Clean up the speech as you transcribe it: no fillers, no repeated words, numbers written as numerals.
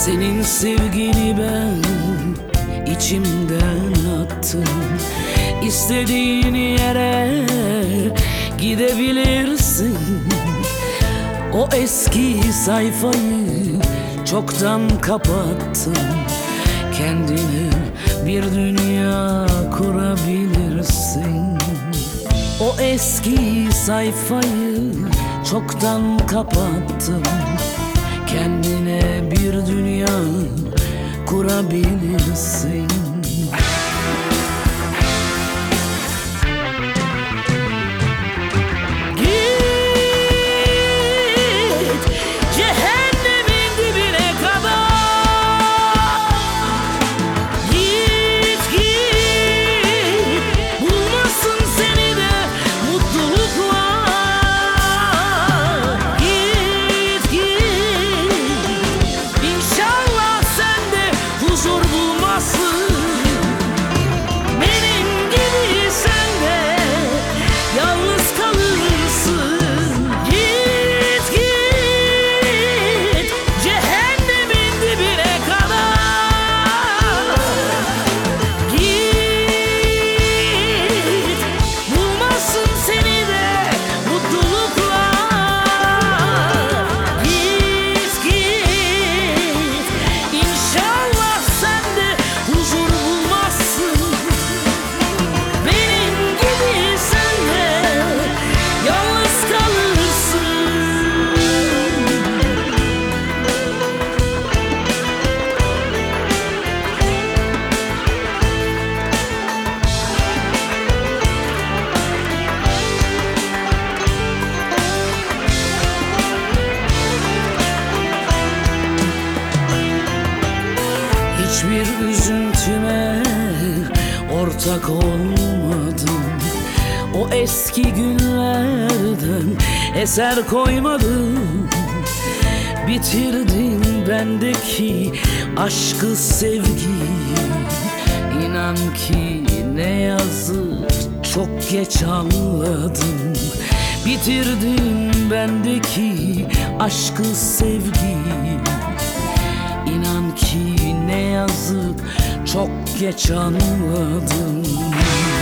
Senin sevgini ben içimden attım. İstediğin yere gidebilirsin. O eski sayfayı çoktan kapattım. Kendine bir dünya kurabilirsin. O eski sayfayı çoktan kapattım. Kendine bir dünya kurabilirsin. Hiçbir üzüntüme ortak olmadım. O eski günlerden eser koymadım. Bitirdin bendeki aşkı, sevgiyi. İnan ki ne yazık çok geç anladım. Bitirdin bendeki aşkı, sevgiyi. İnan ki ne yazık çok geç anladım.